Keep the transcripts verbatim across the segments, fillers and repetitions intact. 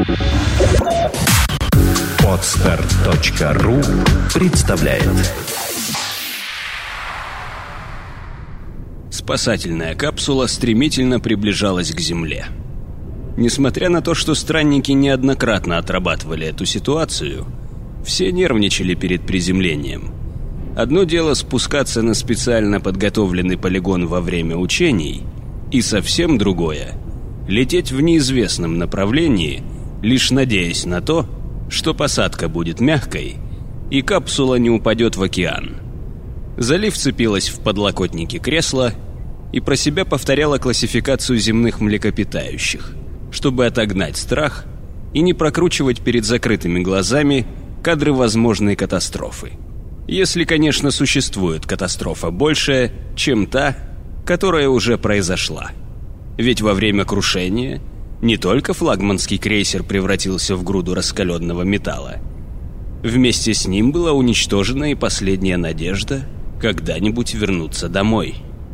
Подстер точка ру представляет. Спасательная капсула стремительно приближалась к Земле. Несмотря на то, что странники неоднократно отрабатывали эту ситуацию, все нервничали перед приземлением. Одно дело спускаться на специально подготовленный полигон во время учений, и совсем другое — лететь в неизвестном направлении, лишь надеясь на то, что посадка будет мягкой и капсула не упадет в океан. Зали вцепилась в подлокотники кресла и про себя повторяла классификацию земных млекопитающих, чтобы отогнать страх и не прокручивать перед закрытыми глазами кадры возможной катастрофы. Если, конечно, существует катастрофа большая, чем та, которая уже произошла. Ведь во время крушения не только флагманский крейсер превратился в груду раскаленного металла. Вместе с ним была уничтожена и последняя надежда когда-нибудь вернуться домой.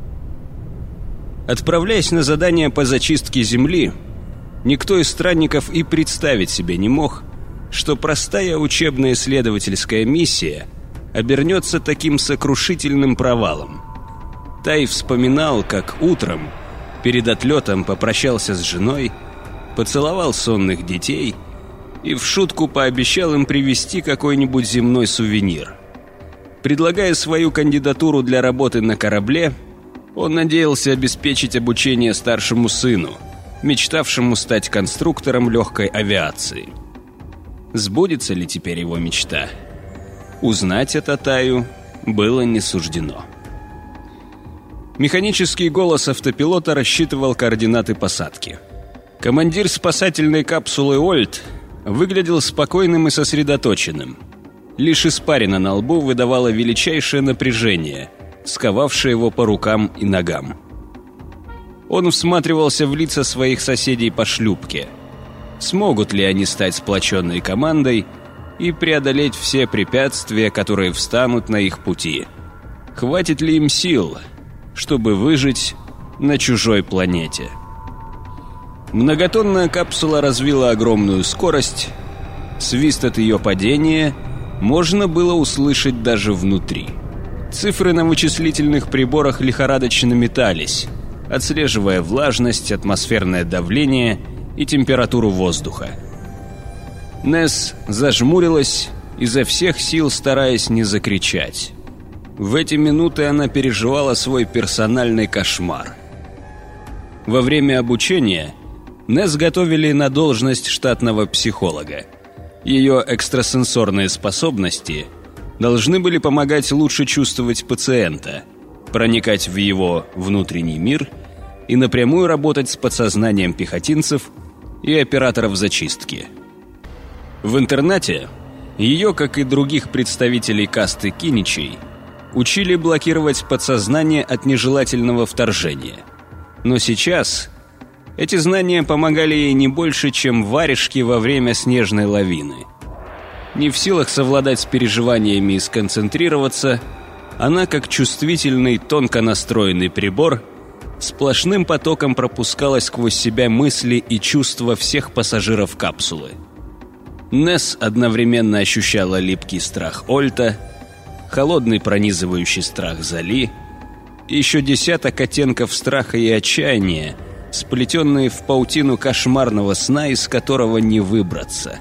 Отправляясь на задание по зачистке Земли, никто из странников и представить себе не мог, что простая учебно-исследовательская миссия обернется таким сокрушительным провалом. Тай вспоминал, как утром, перед отлетом, попрощался с женой, поцеловал сонных детей и в шутку пообещал им привезти какой-нибудь земной сувенир. Предлагая свою кандидатуру для работы на корабле, он надеялся обеспечить обучение старшему сыну, мечтавшему стать конструктором легкой авиации. Сбудется ли теперь его мечта? Узнать это Таю было не суждено. Механический голос автопилота рассчитывал координаты посадки. Командир спасательной капсулы Ольт выглядел спокойным и сосредоточенным. Лишь испарина на лбу выдавала величайшее напряжение, сковавшее его по рукам и ногам. Он всматривался в лица своих соседей по шлюпке. Смогут ли они стать сплоченной командой и преодолеть все препятствия, которые встанут на их пути? Хватит ли им сил, чтобы выжить на чужой планете? Многотонная капсула развила огромную скорость. Свист от ее падения можно было услышать даже внутри. Цифры на вычислительных приборах лихорадочно метались, отслеживая влажность, атмосферное давление и температуру воздуха. Несс зажмурилась, изо всех сил стараясь не закричать. В эти минуты она переживала свой персональный кошмар. Во время обучения Несс готовили на должность штатного психолога. Ее экстрасенсорные способности должны были помогать лучше чувствовать пациента, проникать в его внутренний мир и напрямую работать с подсознанием пехотинцев и операторов зачистки. В интернате ее, как и других представителей касты киничей, учили блокировать подсознание от нежелательного вторжения. Но сейчас эти знания помогали ей не больше, чем варежки во время снежной лавины. Не в силах совладать с переживаниями и сконцентрироваться, она, как чувствительный, тонко настроенный прибор, сплошным потоком пропускала сквозь себя мысли и чувства всех пассажиров капсулы. Несс одновременно ощущала липкий страх Ольта, холодный пронизывающий страх Зали, и еще десяток оттенков страха и отчаяния, сплетенные в паутину кошмарного сна, из которого не выбраться.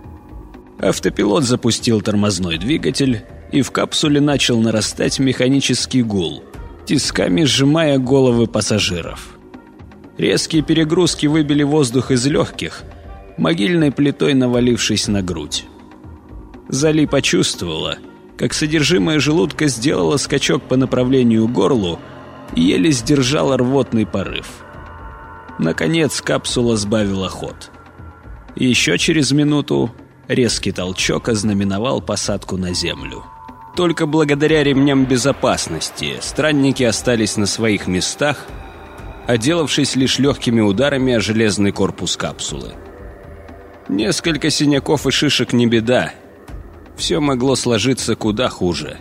Автопилот запустил тормозной двигатель, и в капсуле начал нарастать механический гул, тисками сжимая головы пассажиров. Резкие перегрузки выбили воздух из легких, могильной плитой навалившись на грудь. Зали почувствовала, как содержимое желудка сделало скачок по направлению к горлу и еле сдержала рвотный порыв. Наконец капсула сбавила ход. И еще через минуту резкий толчок ознаменовал посадку на Землю. Только благодаря ремням безопасности странники остались на своих местах, отделавшись лишь легкими ударами о железный корпус капсулы. Несколько синяков и шишек не беда. Все могло сложиться куда хуже.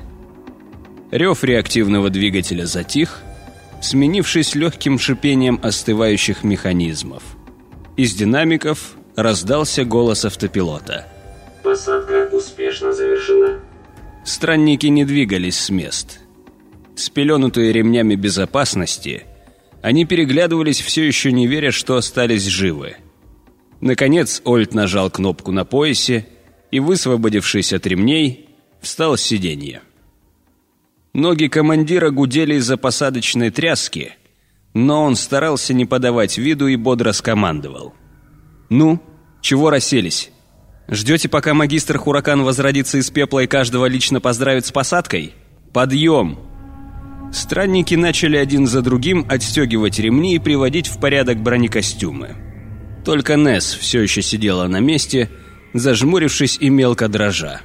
Рев реактивного двигателя затих, сменившись легким шипением остывающих механизмов. Из динамиков раздался голос автопилота. «Посадка успешно завершена». Странники не двигались с мест. Спеленутые ремнями безопасности, они переглядывались, все еще не веря, что остались живы. Наконец Ольд нажал кнопку на поясе и, высвободившись от ремней, встал с сиденья. Ноги командира гудели из-за посадочной тряски, но он старался не подавать виду и бодро скомандовал. «Ну, чего расселись? Ждете, пока магистр Хуракан возродится из пепла и каждого лично поздравит с посадкой? Подъем!» Странники начали один за другим отстегивать ремни и приводить в порядок бронекостюмы. Только Несс все еще сидела на месте, зажмурившись и мелко дрожа.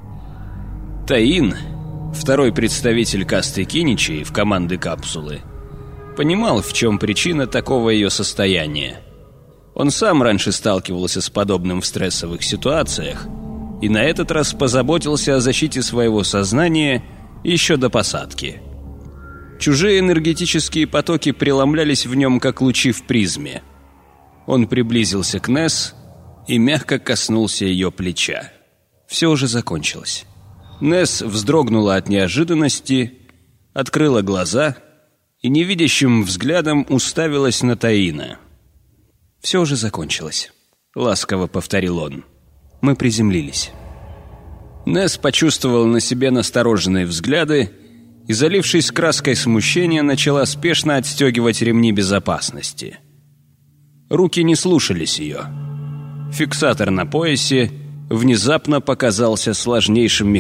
Таин, второй представитель касты Киничей в команды капсулы, понимал, в чем причина такого ее состояния. Он сам раньше сталкивался с подобным в стрессовых ситуациях и на этот раз позаботился о защите своего сознания еще до посадки. Чужие энергетические потоки преломлялись в нем, как лучи в призме. Он приблизился к Несс и мягко коснулся ее плеча. Все уже закончилось. Несс вздрогнула от неожиданности, открыла глаза и невидящим взглядом уставилась на Таина. «Все уже закончилось», — ласково повторил он. «Мы приземлились». Несс почувствовал на себе настороженные взгляды и, залившись краской смущения, начала спешно отстегивать ремни безопасности. Руки не слушались ее. Фиксатор на поясе внезапно показался сложнейшим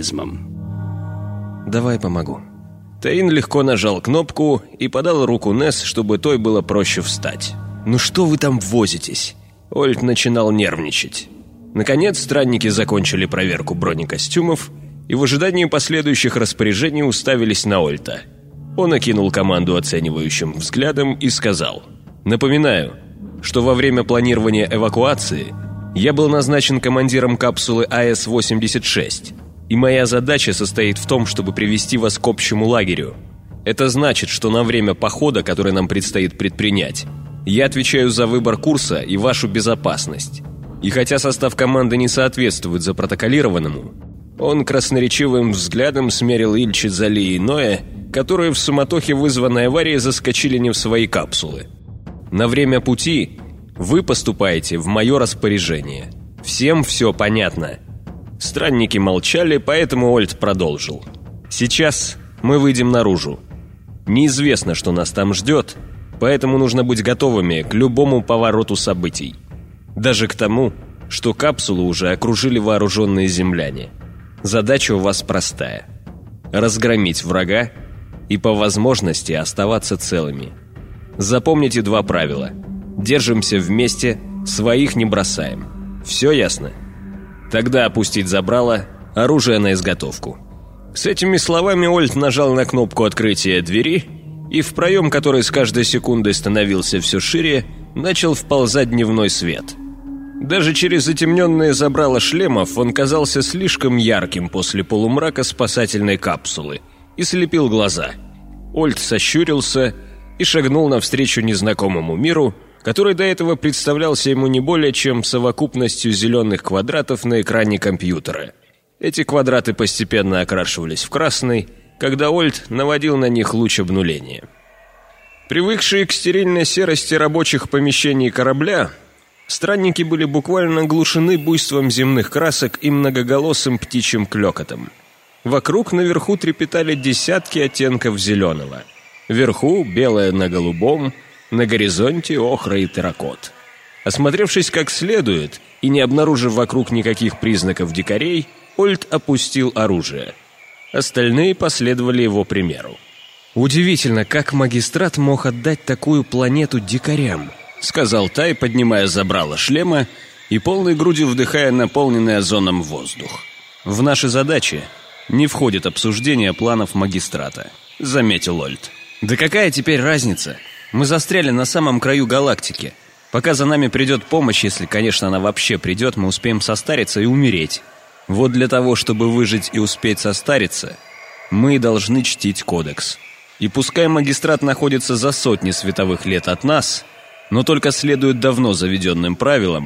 механизмом. «Давай помогу». Таин легко нажал кнопку и подал руку Несс, чтобы той было проще встать. «Ну что вы там возитесь?» Ольд начинал нервничать. Наконец странники закончили проверку бронекостюмов и в ожидании последующих распоряжений уставились на Ольта. Он окинул команду оценивающим взглядом и сказал: «Напоминаю, что во время планирования эвакуации я был назначен командиром капсулы А С восемьдесят шесть, и моя задача состоит в том, чтобы привести вас к общему лагерю. Это значит, что на время похода, который нам предстоит предпринять, я отвечаю за выбор курса и вашу безопасность. И хотя состав команды не соответствует запротоколированному», он красноречивым взглядом смерил Ильчи, Зали и Ноя, которые в суматохе, вызванной аварией, заскочили не в свои капсулы. «На время пути вы поступаете в мое распоряжение. Всем все понятно?» Странники молчали, поэтому Ольд продолжил. «Сейчас мы выйдем наружу. Неизвестно, что нас там ждет, поэтому нужно быть готовыми к любому повороту событий. Даже к тому, что капсулу уже окружили вооруженные земляне. Задача у вас простая – разгромить врага и по возможности оставаться целыми. Запомните два правила. Держимся вместе, своих не бросаем. Все ясно? Тогда опустить забрало, оружие на изготовку». С этими словами Ольд нажал на кнопку открытия двери, и в проем, который с каждой секундой становился все шире, начал вползать дневной свет. Даже через затемненные забрала шлемов он казался слишком ярким после полумрака спасательной капсулы и слепил глаза. Ольд сощурился и шагнул навстречу незнакомому миру, который до этого представлялся ему не более чем совокупностью зеленых квадратов на экране компьютера. Эти квадраты постепенно окрашивались в красный, когда Ольд наводил на них луч обнуления. Привыкшие к стерильной серости рабочих помещений корабля, странники были буквально оглушены буйством земных красок и многоголосым птичьим клёкотом. Вокруг наверху трепетали десятки оттенков зеленого. Вверху белое на голубом, на горизонте охра и терракот. Осмотревшись как следует и не обнаружив вокруг никаких признаков дикарей, Ольд опустил оружие. Остальные последовали его примеру. «Удивительно, как магистрат мог отдать такую планету дикарям», — сказал Тай, поднимая забрало шлема и полной грудью вдыхая наполненный озоном воздух. «В наши задачи не входит обсуждение планов магистрата», — заметил Ольд. «Да какая теперь разница? Мы застряли на самом краю галактики. Пока за нами придет помощь, если, конечно, она вообще придет, мы успеем состариться и умереть. Вот для того, чтобы выжить и успеть состариться, мы должны чтить кодекс. И пускай магистрат находится за сотни световых лет от нас, но только следует давно заведенным правилам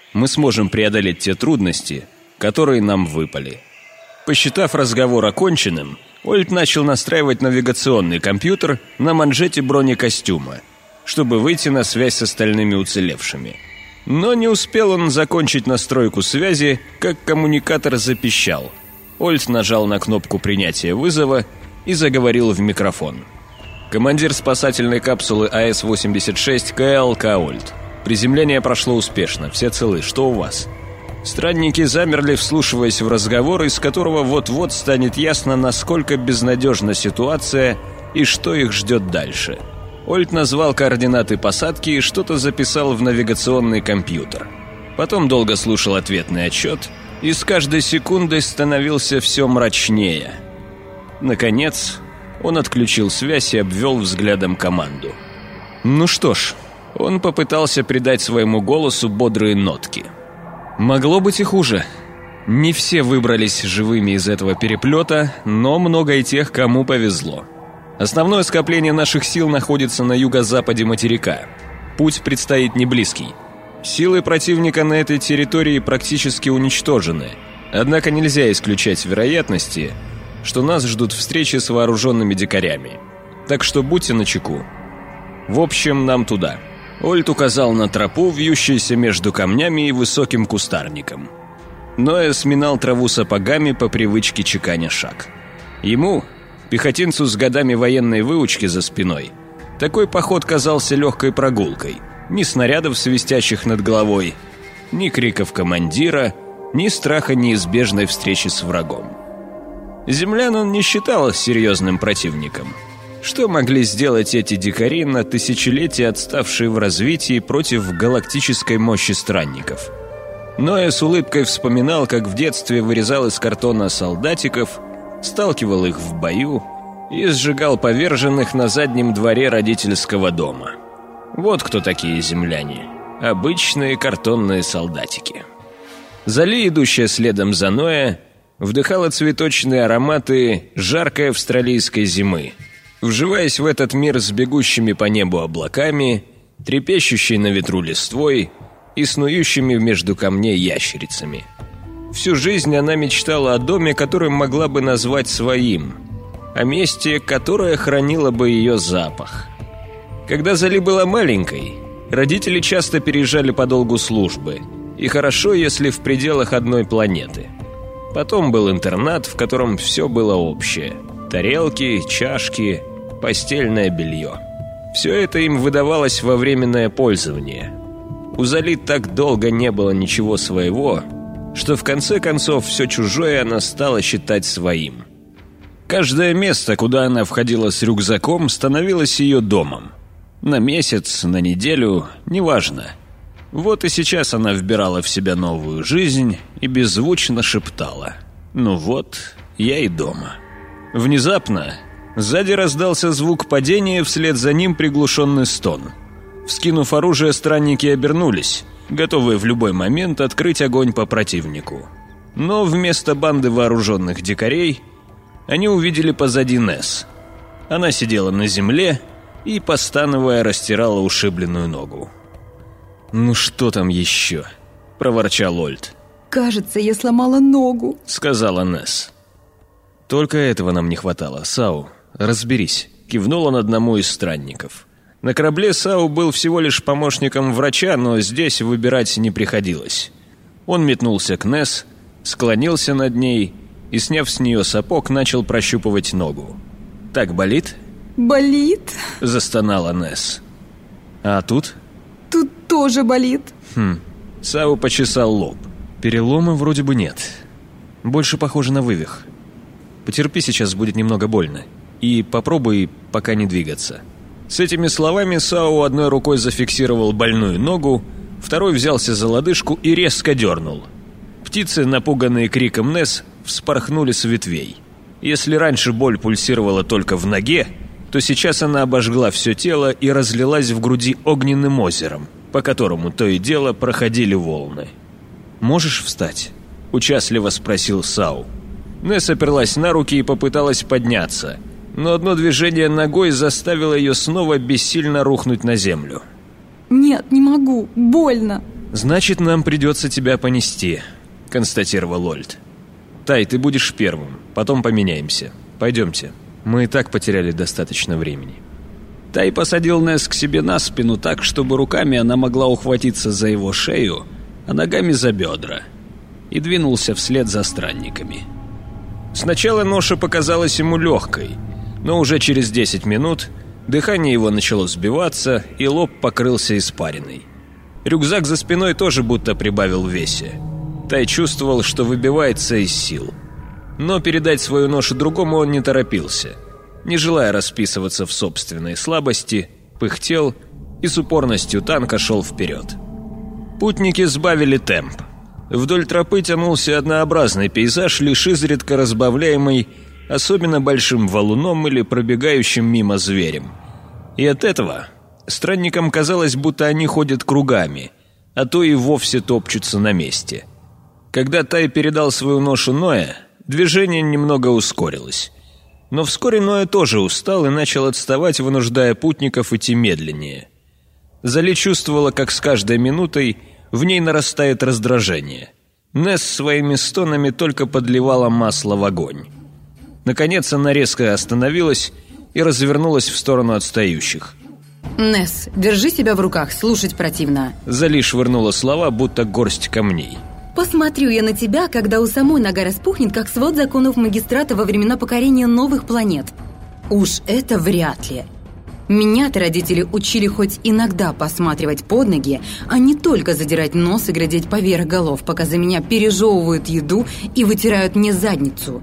мы сможем преодолеть те трудности, которые нам выпали. Посчитав разговор оконченным, Ольд начал настраивать навигационный компьютер на манжете бронекостюма, чтобы выйти на связь с остальными уцелевшими. Но не успел он закончить настройку связи, как коммуникатор запищал. Ольд нажал на кнопку принятия вызова и заговорил в микрофон. «Командир спасательной капсулы А С восемьдесят шесть КЛК Ольд. Приземление прошло успешно, все целы, что у вас?» Странники замерли, вслушиваясь в разговор, из которого вот-вот станет ясно, насколько безнадежна ситуация и что их ждет дальше. Ольд назвал координаты посадки и что-то записал в навигационный компьютер. Потом долго слушал ответный отчет и с каждой секундой становился все мрачнее. Наконец, он отключил связь и обвел взглядом команду. Ну что ж, он попытался придать своему голосу бодрые нотки. Могло быть и хуже. Не все выбрались живыми из этого переплета, но много и тех, кому повезло. Основное скопление наших сил находится на юго-западе материка. Путь предстоит не близкий. Силы противника на этой территории практически уничтожены. Однако нельзя исключать вероятности, что нас ждут встречи с вооруженными дикарями. Так что будьте начеку. В общем, нам туда. Ольд указал на тропу, вьющуюся между камнями и высоким кустарником. Ноя сминал траву сапогами, по привычке чеканя шаг. Ему, пехотинцу с годами военной выучки за спиной, такой поход казался легкой прогулкой. Ни снарядов, свистящих над головой, ни криков командира, ни страха неизбежной встречи с врагом. Землян он не считал серьезным противником. Что могли сделать эти дикари, на тысячелетия отставшие в развитии, против галактической мощи странников? Ноя с улыбкой вспоминал, как в детстве вырезал из картона солдатиков, сталкивал их в бою и сжигал поверженных на заднем дворе родительского дома. Вот кто такие земляне. Обычные картонные солдатики. Зали, идущая следом за Ноя, вдыхала цветочные ароматы жаркой австралийской зимы, вживаясь в этот мир с бегущими по небу облаками, трепещущей на ветру листвой и снующими между камней ящерицами. Всю жизнь она мечтала о доме, который могла бы назвать своим, о месте, которое хранило бы ее запах. Когда Зали была маленькой, родители часто переезжали по долгу службы, и хорошо, если в пределах одной планеты. Потом был интернат, в котором все было общее. Тарелки, чашки, постельное белье. Все это им выдавалось во временное пользование. У Зали так долго не было ничего своего, что в конце концов все чужое она стала считать своим. Каждое место, куда она входила с рюкзаком, становилось ее домом. На месяц, на неделю, неважно. Вот и сейчас она вбирала в себя новую жизнь и беззвучно шептала: «Ну вот, я и дома». Внезапно сзади раздался звук падения, вслед за ним приглушенный стон. Вскинув оружие, странники обернулись, готовые в любой момент открыть огонь по противнику. Но вместо банды вооруженных дикарей они увидели позади Несс. Она сидела на земле и, постановая, растирала ушибленную ногу. «Ну что там еще?» – проворчал Ольд. «Кажется, я сломала ногу», – сказала Несс. «Только этого нам не хватало. Сау, разберись», – кивнул он одному из странников. На корабле Сау был всего лишь помощником врача, но здесь выбирать не приходилось. Он метнулся к Несс, склонился над ней и, сняв с нее сапог, начал прощупывать ногу. «Так болит?» «Болит», – застонала Несс. «А тут?» «Тут тоже болит». «Хм». Сау почесал лоб. «Перелома вроде бы нет. Больше похоже на вывих. Потерпи, сейчас будет немного больно. И попробуй пока не двигаться». С этими словами Сау одной рукой зафиксировал больную ногу, второй взялся за лодыжку и резко дернул. Птицы, напуганные криком Несс, вспорхнули с ветвей. Если раньше боль пульсировала только в ноге, то сейчас она обожгла все тело и разлилась в груди огненным озером, по которому то и дело проходили волны. «Можешь встать?» – участливо спросил Сау. Несс оперлась на руки и попыталась подняться, но одно движение ногой заставило ее снова бессильно рухнуть на землю. «Нет, не могу, больно». «Значит, нам придется тебя понести», — констатировал Ольд. «Тай, ты будешь первым, потом поменяемся. Пойдемте, мы и так потеряли достаточно времени». Тай посадил Несс к себе на спину так, чтобы руками она могла ухватиться за его шею, а ногами за бедра, и двинулся вслед за странниками. Сначала ноша показалась ему легкой, но уже через десять минут дыхание его начало сбиваться, и лоб покрылся испариной. Рюкзак за спиной тоже будто прибавил в весе. Тай чувствовал, что выбивается из сил. Но передать свою ношу другому он не торопился. Не желая расписываться в собственной слабости, пыхтел и с упорностью танка шел вперед. Путники сбавили темп. Вдоль тропы тянулся однообразный пейзаж, лишь изредка разбавляемый особенно большим валуном или пробегающим мимо зверем. И от этого странникам казалось, будто они ходят кругами, а то и вовсе топчутся на месте. Когда Тай передал свою ношу Ноэ, движение немного ускорилось. Но вскоре Ноэ тоже устал и начал отставать, вынуждая путников идти медленнее. Зали чувствовала, как с каждой минутой в ней нарастает раздражение. Несс своими стонами только подливала масло в огонь. Наконец она резко остановилась и развернулась в сторону отстающих. «Несс, держи себя в руках, слушать противно». Зали швырнула слова, будто горсть камней. «Посмотрю я на тебя, когда у самой нога распухнет, как свод законов магистрата во времена покорения новых планет. Уж это вряд ли. Меня-то родители учили хоть иногда посматривать под ноги, а не только задирать нос и глядеть поверх голов, пока за меня пережевывают еду и вытирают мне задницу.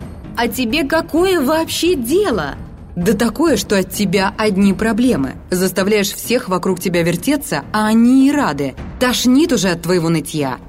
А тебе какое вообще дело? Да такое, что от тебя одни проблемы. Заставляешь всех вокруг тебя вертеться, а они и рады. Тошнит уже от твоего нытья.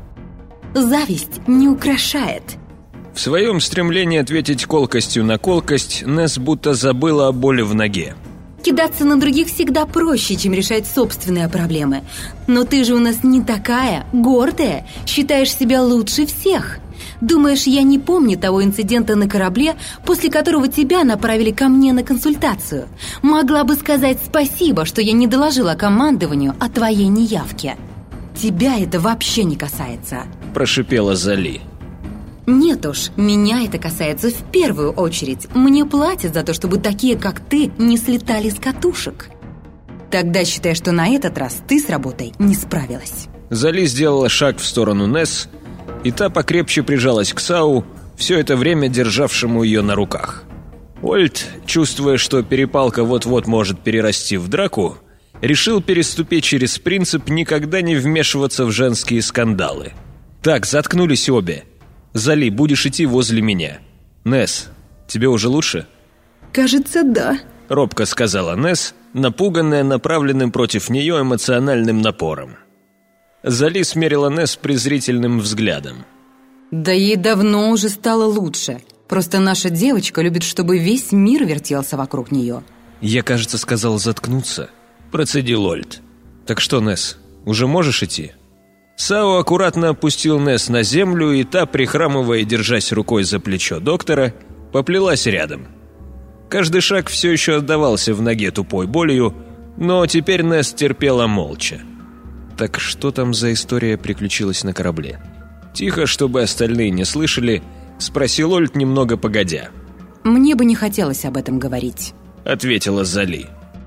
Зависть не украшает». В своем стремлении ответить колкостью на колкость, Несс будто забыла о боли в ноге. «Кидаться на других всегда проще, чем решать собственные проблемы. Но ты же у нас не такая, гордая, считаешь себя лучше всех. Думаешь, я не помню того инцидента на корабле, после которого тебя направили ко мне на консультацию? Могла бы сказать спасибо, что я не доложила командованию о твоей неявке. Тебя это вообще не касается», – прошипела Зали. «Нет уж, меня это касается в первую очередь. Мне платят за то, чтобы такие, как ты, не слетали с катушек. Тогда считай, что на этот раз ты с работой не справилась». Зали сделала шаг в сторону Несс, и та покрепче прижалась к Сау, все это время державшему ее на руках. Ольд, чувствуя, что перепалка вот-вот может перерасти в драку, решил переступить через принцип никогда не вмешиваться в женские скандалы. «Так, заткнулись обе. Зали, будешь идти возле меня. Несс, тебе уже лучше?» «Кажется, да», — робко сказала Несс, напуганная направленным против нее эмоциональным напором. Зали смерила Несс презрительным взглядом. «Да ей давно уже стало лучше. Просто наша девочка любит, чтобы весь мир вертелся вокруг нее». «Я, кажется, сказал заткнуться», — процедил Ольд. «Так что, Несс, уже можешь идти?» Сао аккуратно опустил Несс на землю, и та, прихрамывая и держась рукой за плечо доктора, поплелась рядом. Каждый шаг все еще отдавался в ноге тупой болью, но теперь Несс терпела молча. Так что там за история приключилась на корабле? Тихо, чтобы остальные не слышали, спросил Ольд немного погодя. «Мне бы не хотелось об этом говорить», — ответила Зали.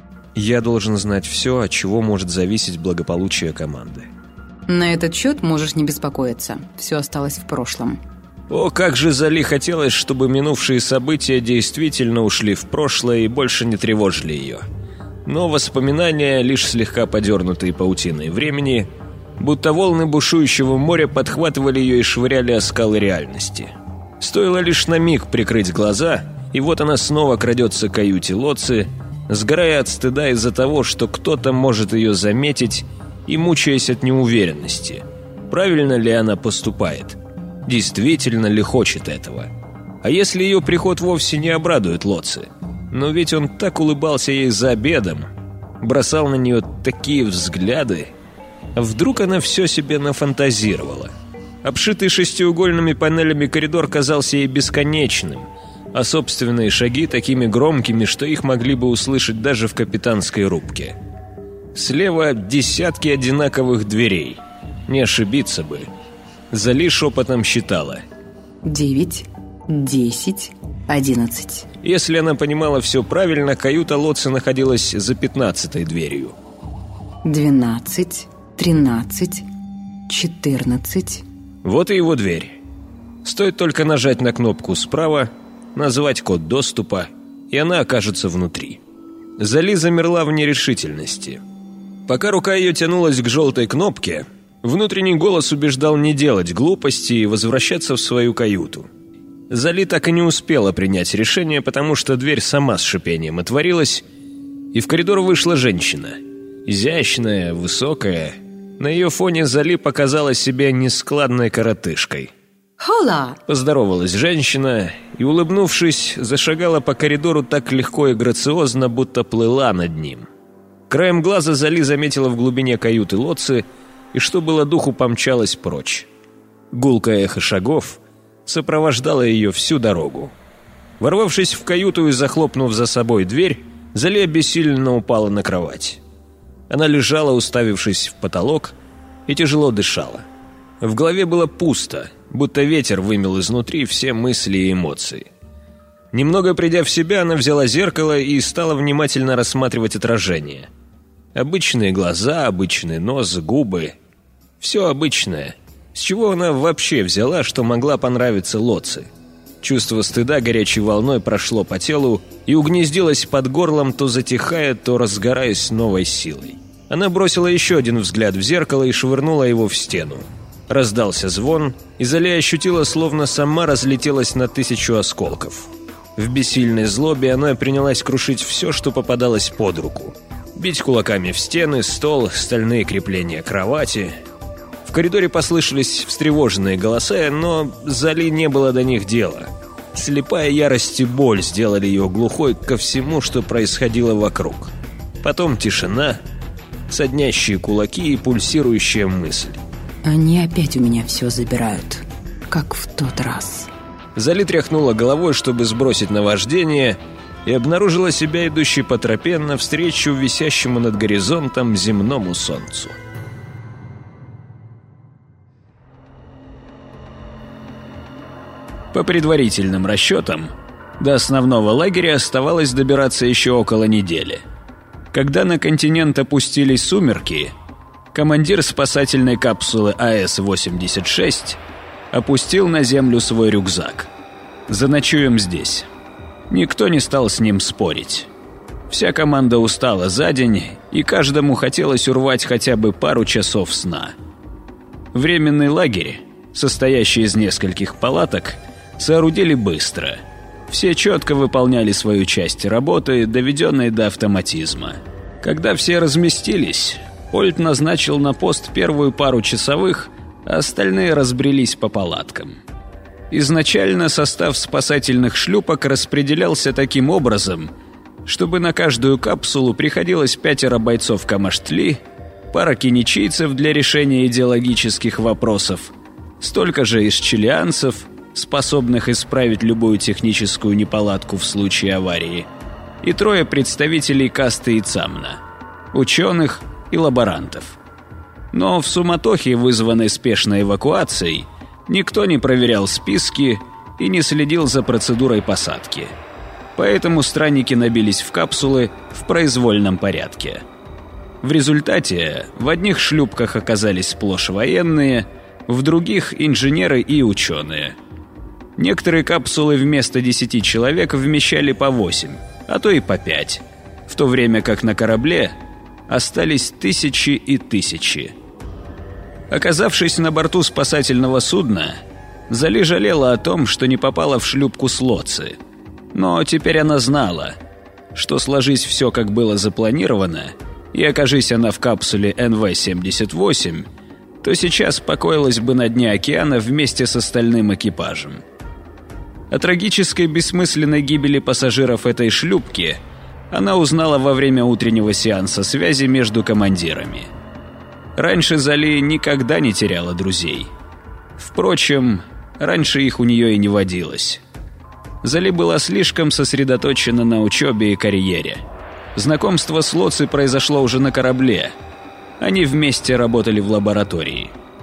«Я должен знать все, от чего может зависеть благополучие команды». «На этот счет можешь не беспокоиться. Все осталось в прошлом». О, как же Зали хотелось, чтобы минувшие события действительно ушли в прошлое и больше не тревожили ее. Но воспоминания, лишь слегка подернутые паутиной времени, будто волны бушующего моря, подхватывали ее и швыряли о скалы реальности. Стоило лишь на миг прикрыть глаза, и вот она снова крадется к каюте Лоци, сгорая от стыда из-за того, что кто-то может ее заметить, и мучаясь от неуверенности, правильно ли она поступает, действительно ли хочет этого. А если ее приход вовсе не обрадует Лоци? Но ведь он так улыбался ей за обедом, бросал на нее такие взгляды. А вдруг она все себе нафантазировала? Обшитый шестиугольными панелями коридор казался ей бесконечным, а собственные шаги такими громкими, что их могли бы услышать даже в капитанской рубке. Слева десятки одинаковых дверей. Не ошибиться бы. Зали шепотом считала. Девять, десять, одиннадцать. Если она понимала все правильно, каюта Лоци находилась за пятнадцатой дверью. Двенадцать, тринадцать, четырнадцать. Вот и его дверь. Стоит только нажать на кнопку справа, назвать код доступа, и она окажется внутри. Зали замерла в нерешительности. Пока рука ее тянулась к желтой кнопке, внутренний голос убеждал не делать глупости и возвращаться в свою каюту. Зали так и не успела принять решение, потому что дверь сама с шипением отворилась, и в коридор вышла женщина. Изящная, высокая. На ее фоне Зали показала себя нескладной коротышкой. «Хола!» – поздоровалась женщина и, улыбнувшись, зашагала по коридору так легко и грациозно, будто плыла над ним. Краем глаза Зали заметила в глубине каюты Лоци, и что было духу, помчалась прочь. Гулкое эхо шагов сопровождало ее всю дорогу. Ворвавшись в каюту и захлопнув за собой дверь, Зали обессиленно упала на кровать. Она лежала, уставившись в потолок, и тяжело дышала. В голове было пусто, будто ветер вымел изнутри все мысли и эмоции. Немного придя в себя, она взяла зеркало и стала внимательно рассматривать отражение. Обычные глаза, обычный нос, губы. Все обычное. С чего она вообще взяла, что могла понравиться Лоци? Чувство стыда горячей волной прошло по телу и угнездилось под горлом, то затихая, то разгораясь с новой силой. Она бросила еще один взгляд в зеркало и швырнула его в стену. Раздался звон, и Зали ощутила, словно сама разлетелась на тысячу осколков. В бессильной злобе она принялась крушить все, что попадалось под руку. Бить кулаками в стены, стол, стальные крепления кровати. В коридоре послышались встревоженные голоса, но Зали не было до них дела. Слепая ярость и боль сделали ее глухой ко всему, что происходило вокруг. Потом тишина, соднящие кулаки и пульсирующая мысль. Они опять у меня все забирают, как в тот раз. Зали тряхнула головой, чтобы сбросить наваждение, и обнаружила себя идущей по тропе навстречу висящему над горизонтом земному солнцу. По предварительным расчетам, до основного лагеря оставалось добираться еще около недели. Когда на континент опустились сумерки, командир спасательной капсулы А Эс восемьдесят шесть опустил на землю свой рюкзак. «Заночуем здесь». Никто не стал с ним спорить. Вся команда устала за день, и каждому хотелось урвать хотя бы пару часов сна. Временный лагерь, состоящий из нескольких палаток, соорудили быстро. Все четко выполняли свою часть работы, доведенной до автоматизма. Когда все разместились, Ольд назначил на пост первую пару часовых, а остальные разбрелись по палаткам. Изначально состав спасательных шлюпок распределялся таким образом, чтобы на каждую капсулу приходилось пятеро бойцов Камаштли, пара кеничийцев для решения идеологических вопросов, столько же исчелианцев, способных исправить любую техническую неполадку в случае аварии, и трое представителей касты Ицамна, ученых и лаборантов. Но в суматохе, вызванной спешной эвакуацией, никто не проверял списки и не следил за процедурой посадки. Поэтому странники набились в капсулы в произвольном порядке. В результате в одних шлюпках оказались сплошь военные, в других – инженеры и ученые. Некоторые капсулы вместо десяти человек вмещали по восемь, а то и по пять, в то время как на корабле остались тысячи и тысячи. Оказавшись на борту спасательного судна, Зали жалела о том, что не попала в шлюпку с Лоци. Но теперь она знала, что сложись все, как было запланировано, и окажись она в капсуле Эн Вэ семьдесят восемь, то сейчас покоилась бы на дне океана вместе с остальным экипажем. О трагической бессмысленной гибели пассажиров этой шлюпки она узнала во время утреннего сеанса связи между командирами. Раньше Зали никогда не теряла друзей. Впрочем, раньше их у нее и не водилось. Зали была слишком сосредоточена на учебе и карьере. Знакомство с Лоци произошло уже на корабле. Они вместе работали в лаборатории.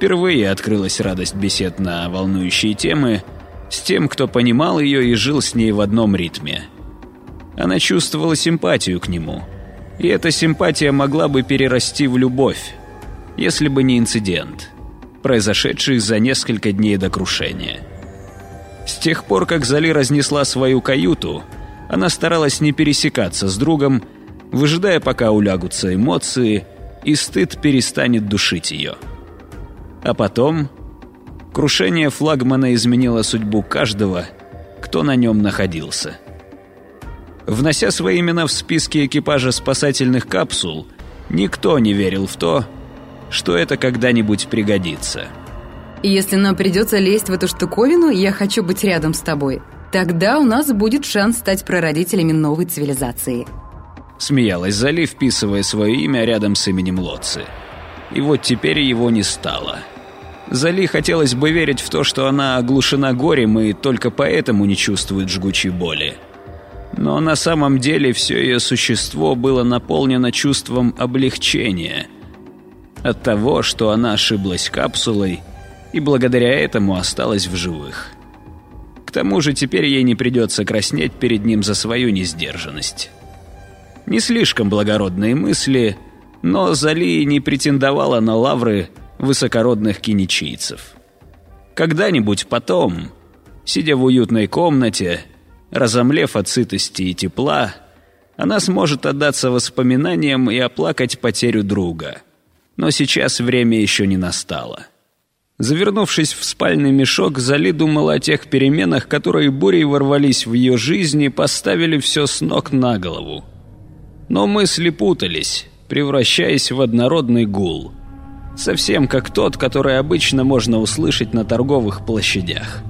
Впервые открылась радость бесед на волнующие темы с тем, кто понимал ее и жил с ней в одном ритме. Она чувствовала симпатию к нему, и эта симпатия могла бы перерасти в любовь, если бы не инцидент, произошедший за несколько дней до крушения. С тех пор, как Зали разнесла свою каюту, она старалась не пересекаться с другом, выжидая, пока улягутся эмоции, и стыд перестанет душить ее. А потом крушение флагмана изменило судьбу каждого, кто на нем находился. Внося свои имена в списки экипажа спасательных капсул, никто не верил в то, что это когда-нибудь пригодится. Если нам придется лезть в эту штуковину, я хочу быть рядом с тобой. Тогда у нас будет шанс стать прародителями новой цивилизации. Смеялась Зали, вписывая свое имя рядом с именем Лоци. И вот теперь его не стало. Зали хотелось бы верить в то, что она оглушена горем и только поэтому не чувствует жгучей боли. Но на самом деле все ее существо было наполнено чувством облегчения от того, что она ошиблась капсулой и благодаря этому осталась в живых. К тому же теперь ей не придется краснеть перед ним за свою несдержанность. Не слишком благородные мысли, но Зали не претендовала на лавры высокородных киничийцев. Когда-нибудь потом, сидя в уютной комнате, разомлев от сытости и тепла, она сможет отдаться воспоминаниям и оплакать потерю друга. Но сейчас время еще не настало. Завернувшись в спальный мешок, Зали думала о тех переменах, которые бурей ворвались в ее жизнь и поставили все с ног на голову. Но мысли путались, превращаясь в однородный гул. Совсем как тот, который обычно можно услышать на торговых площадях.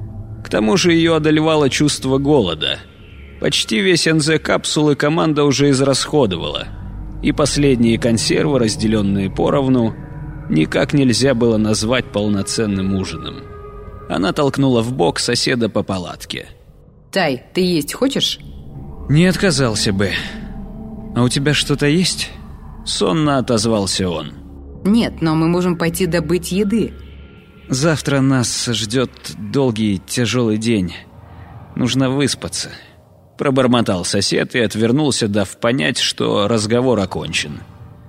К тому же ее одолевало чувство голода. Почти весь эн зэ капсулы команда уже израсходовала, и последние консервы, разделенные поровну, никак нельзя было назвать полноценным ужином. Она толкнула в бок соседа по палатке. Тай, ты есть хочешь? Не отказался бы. А у тебя что-то есть? Сонно отозвался он. Нет, но мы можем пойти добыть еды. Завтра нас ждет долгий тяжелый день. Нужно выспаться. Пробормотал сосед и отвернулся, дав понять, что разговор окончен.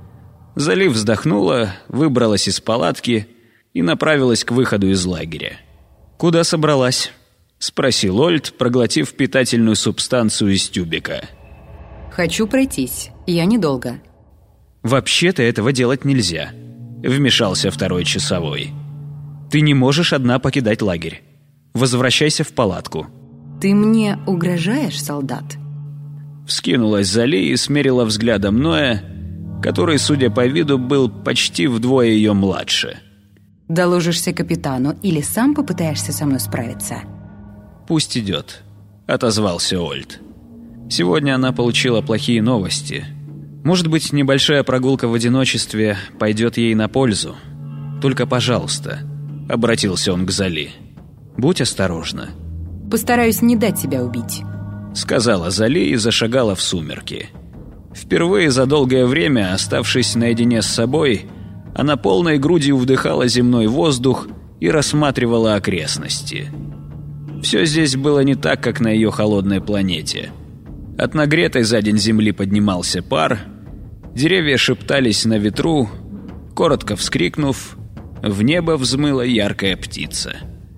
Зали вздохнула, выбралась из палатки и направилась к выходу из лагеря. «Куда собралась?» – спросил Ольд, проглотив питательную субстанцию из тюбика. «Хочу пройтись. Я недолго». «Вообще-то этого делать нельзя», – вмешался второй часовой. «Ты не можешь одна покидать лагерь. Возвращайся в палатку». «Ты мне угрожаешь, солдат?» Вскинулась Зали и смерила взглядом Ноя, который, судя по виду, был почти вдвое ее младше. «Доложишься капитану или сам попытаешься со мной справиться?» «Пусть идет», — отозвался Ольд. Сегодня она получила плохие новости. Может быть, небольшая прогулка в одиночестве пойдет ей на пользу. Только, пожалуйста, — обратился он к Зали, — будь осторожна. «Постараюсь не дать тебя убить», — сказала Зали и зашагала в сумерки. Впервые за долгое время, оставшись наедине с собой, она полной грудью вдыхала земной воздух и рассматривала окрестности. Все здесь было не так, как на ее холодной планете. От нагретой за день земли поднимался пар, деревья шептались на ветру, коротко вскрикнув, в небо взмыла яркая птица.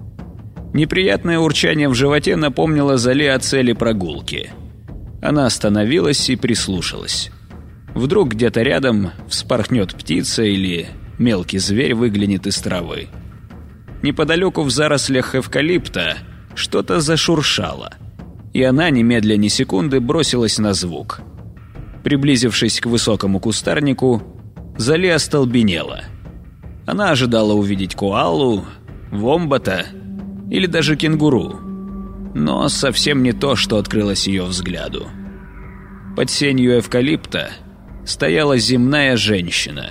Неприятное урчание в животе напомнило Зали о цели прогулки. Она остановилась и прислушалась. Вдруг где-то рядом вспорхнет птица или мелкий зверь выглянет из травы. Неподалеку в зарослях эвкалипта что-то зашуршало, и она, немедля ни секунды, бросилась на звук. Приблизившись к высокому кустарнику, Зали остолбенела. Она ожидала увидеть коалу, вомбата или даже кенгуру, но совсем не то, что открылось ее взгляду. Под сенью эвкалипта стояла земная женщина.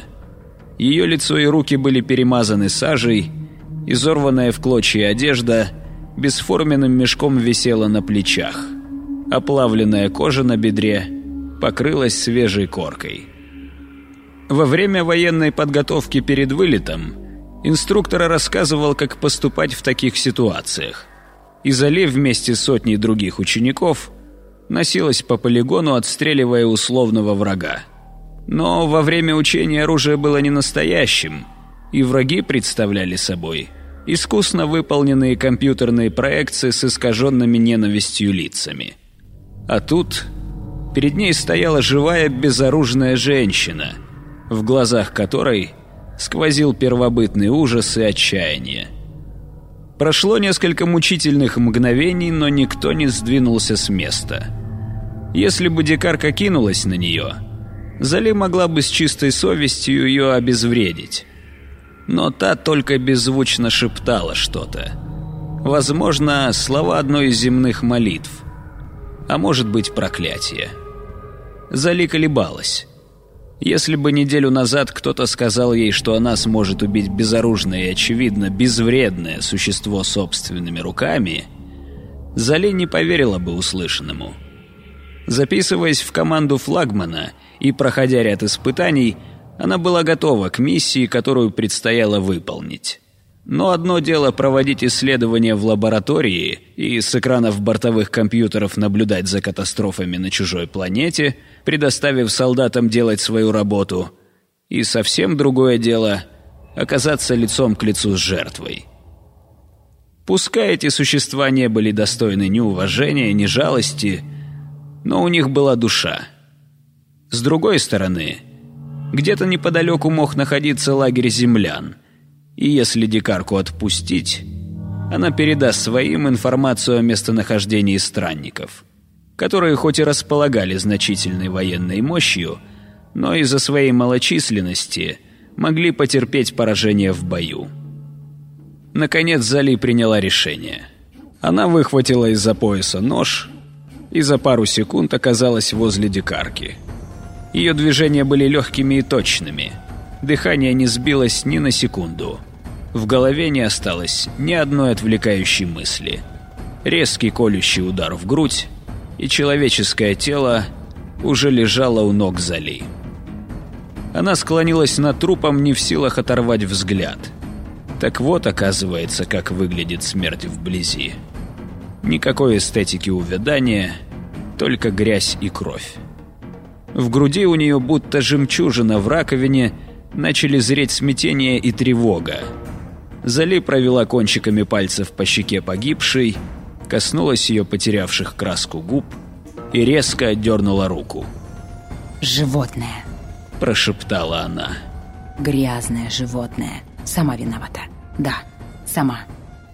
Ее лицо и руки были перемазаны сажей, изорванная в клочья одежда бесформенным мешком висела на плечах. Оплавленная кожа на бедре покрылась свежей коркой. Во время военной подготовки перед вылетом Инструктор рассказывал, как поступать в таких ситуациях. И Зали вместе с сотней других учеников носилась по полигону, отстреливая условного врага. Но во время учения оружие было не настоящим, и враги представляли собой искусно выполненные компьютерные проекции с искаженными ненавистью лицами. А тут перед ней стояла живая безоружная женщина, в глазах которой сквозил первобытный ужас и отчаяние. Прошло несколько мучительных мгновений, но никто не сдвинулся с места. Если бы дикарка кинулась на нее, Зали могла бы с чистой совестью ее обезвредить. Но та только беззвучно шептала что-то. Возможно, слова одной из земных молитв. А может быть, проклятие. Зали колебалась. Если бы неделю назад кто-то сказал ей, что она сможет убить безоружное и, очевидно, безвредное существо собственными руками, Зали не поверила бы услышанному. Записываясь в команду флагмана и проходя ряд испытаний, она была готова к миссии, которую предстояло выполнить. Но одно дело проводить исследования в лаборатории и с экранов бортовых компьютеров наблюдать за катастрофами на чужой планете, предоставив солдатам делать свою работу, и совсем другое дело – оказаться лицом к лицу с жертвой. Пускай эти существа не были достойны ни уважения, ни жалости, но у них была душа. С другой стороны, где-то неподалеку мог находиться лагерь землян, и если дикарку отпустить, она передаст своим информацию о местонахождении странников, которые хоть и располагали значительной военной мощью, но из-за своей малочисленности могли потерпеть поражение в бою. Наконец Зали приняла решение. Она выхватила из-за пояса нож и за пару секунд оказалась возле дикарки. Ее движения были легкими и точными. Дыхание не сбилось ни на секунду. В голове не осталось ни одной отвлекающей мысли. Резкий колющий удар в грудь, и человеческое тело уже лежало у ног Зали. Она склонилась над трупом, не в силах оторвать взгляд. Так вот, оказывается, как выглядит смерть вблизи. Никакой эстетики увядания, только грязь и кровь. В груди у нее, будто жемчужина в раковине, начали зреть смятение и тревога. Зали провела кончиками пальцев по щеке погибшей, коснулась ее потерявших краску губ и резко отдернула руку. «Животное», – прошептала она. «Грязное животное. Сама виновата. Да, сама».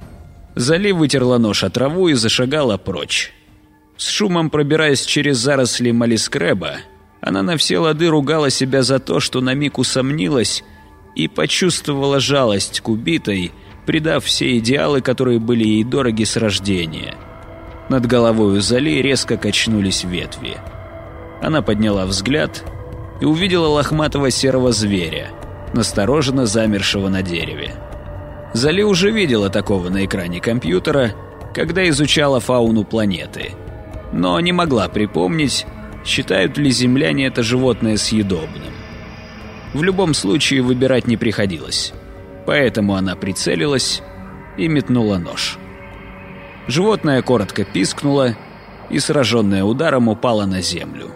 Зали вытерла нож от траву и зашагала прочь. С шумом пробираясь через заросли малискреба, она на все лады ругала себя за то, что на миг усомнилась и почувствовала жалость к убитой, предав все идеалы, которые были ей дороги с рождения. Над головой у Зали резко качнулись ветви. Она подняла взгляд и увидела лохматого серого зверя, настороженно замершего на дереве. Зали уже видела такого на экране компьютера, когда изучала фауну планеты, но не могла припомнить, считают ли земляне это животное съедобным. В любом случае выбирать не приходилось, поэтому она прицелилась и метнула нож. Животное коротко пискнуло и, сраженное ударом, упало на землю.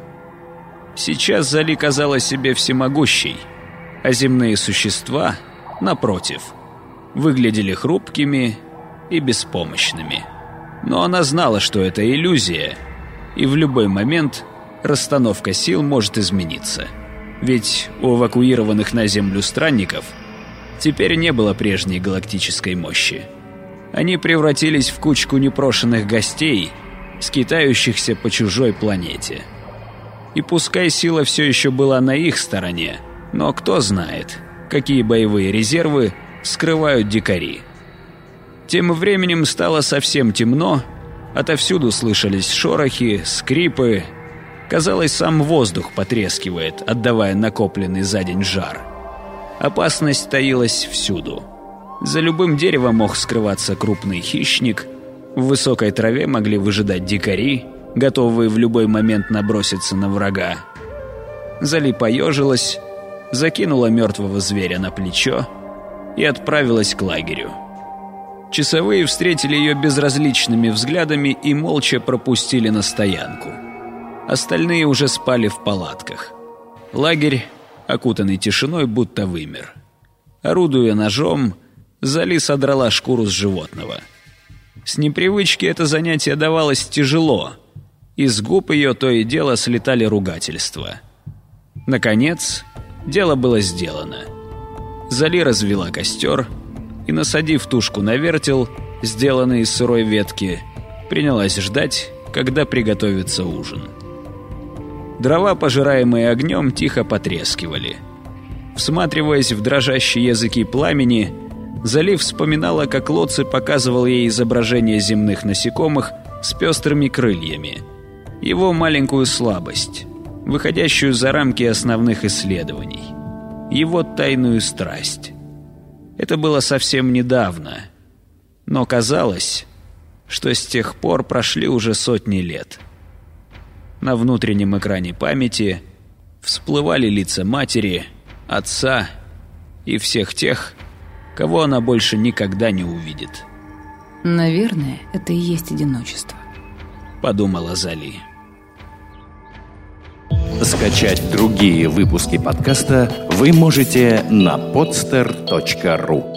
Сейчас Зали казала себе всемогущей, а земные существа, напротив, выглядели хрупкими и беспомощными. Но она знала, что это иллюзия, и в любой момент расстановка сил может измениться. Ведь у эвакуированных на Землю странников теперь не было прежней галактической мощи. Они превратились в кучку непрошенных гостей, скитающихся по чужой планете. И пускай сила все еще была на их стороне, но кто знает, какие боевые резервы скрывают дикари. Тем временем стало совсем темно, отовсюду слышались шорохи, скрипы. Казалось, сам воздух потрескивает, отдавая накопленный за день жар. Опасность таилась всюду. За любым деревом мог скрываться крупный хищник, в высокой траве могли выжидать дикари, готовые в любой момент наброситься на врага. Зали поежилась, закинула мертвого зверя на плечо и отправилась к лагерю. Часовые встретили ее безразличными взглядами и молча пропустили на стоянку. Остальные уже спали в палатках. Лагерь, окутанный тишиной, будто вымер. Орудуя ножом, Зали содрала шкуру с животного. С непривычки это занятие давалось тяжело. Из губ ее то и дело слетали ругательства. Наконец, дело было сделано. Зали развела костер и, насадив тушку на вертел, сделанный из сырой ветки, принялась ждать, когда приготовится ужин. Дрова, пожираемые огнем, тихо потрескивали. Всматриваясь в дрожащие языки пламени, Зали вспоминала, как Лоци показывал ей изображение земных насекомых с пестрыми крыльями, его маленькую слабость, выходящую за рамки основных исследований, его тайную страсть. Это было совсем недавно, но казалось, что с тех пор прошли уже сотни лет. На внутреннем экране памяти всплывали лица матери, отца и всех тех, кого она больше никогда не увидит. «Наверное, это и есть одиночество», — подумала Зали. Скачать другие выпуски подкаста вы можете на podster точка ру.